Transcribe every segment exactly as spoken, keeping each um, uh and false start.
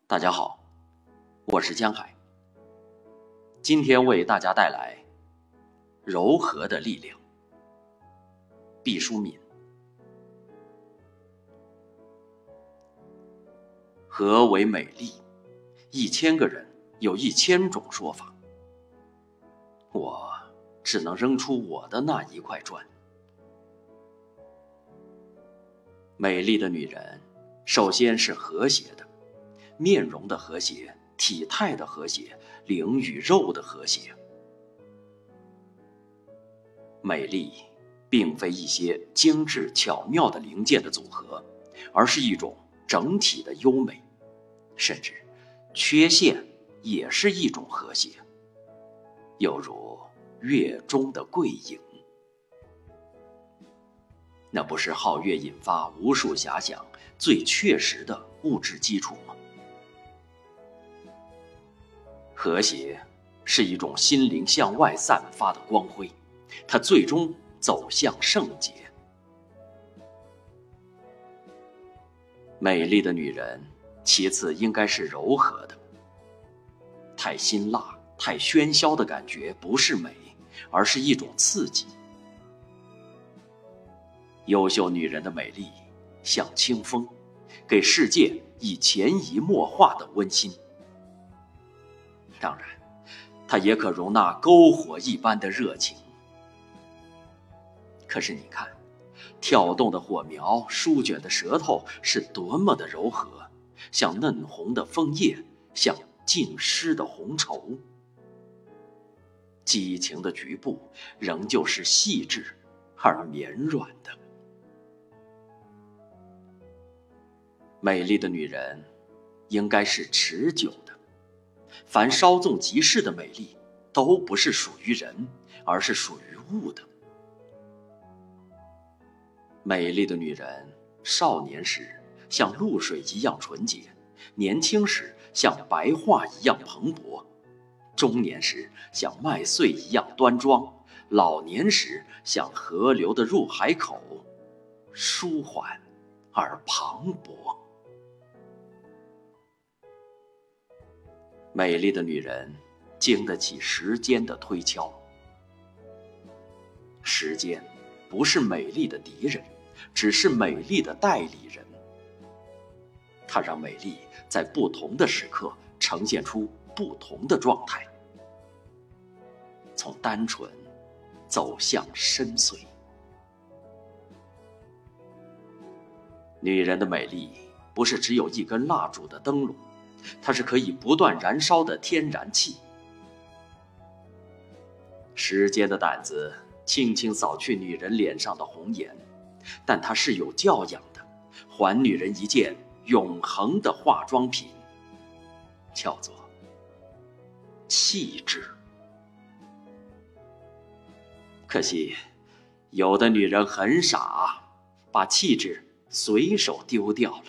大家好，我是江海。今天为大家带来柔和的力量。毕淑敏。何为美丽？一千个人有一千种说法，我只能扔出我的那一块砖。美丽的女人，首先是和谐的，面容的和谐，体态的和谐，灵与肉的和谐。美丽并非一些精致巧妙的零件的组合，而是一种整体的优美，甚至缺陷也是一种和谐，犹如月中的桂影。那不是皓月引发无数遐想最确实的物质基础吗？和谐是一种心灵向外散发的光辉，它最终走向圣洁。美丽的女人，其次应该是柔和的。太辛辣、太喧嚣的感觉不是美，而是一种刺激。优秀女人的美丽像清风，给世界以潜移默化的温馨。当然，它也可容纳篝火一般的热情。可是你看，跳动的火苗，舒卷的舌头是多么的柔和，像嫩红的枫叶，像浸湿的红绸。激情的局部仍旧是细致而绵软的。美丽的女人应该是持久的，凡稍纵即逝的美丽都不是属于人，而是属于物的。美丽的女人少年时像露水一样纯洁，年轻时像白桦一样蓬勃，中年时像麦穗一样端庄，老年时像河流的入海口，舒缓而磅礴。美丽的女人经得起时间的推敲。时间不是美丽的敌人，只是美丽的代理人。它让美丽在不同的时刻呈现出不同的状态，从单纯走向深邃。女人的美丽不是只有一根蜡烛的灯笼，它是可以不断燃烧的天然气。时间的胆子轻轻扫去女人脸上的红颜，但它是有教养的，还女人一件永恒的化妆品，叫做气质。可惜，有的女人很傻，把气质随手丢掉了。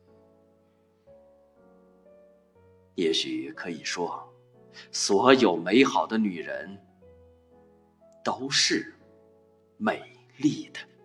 也许可以说，所有美好的女人都是美丽的。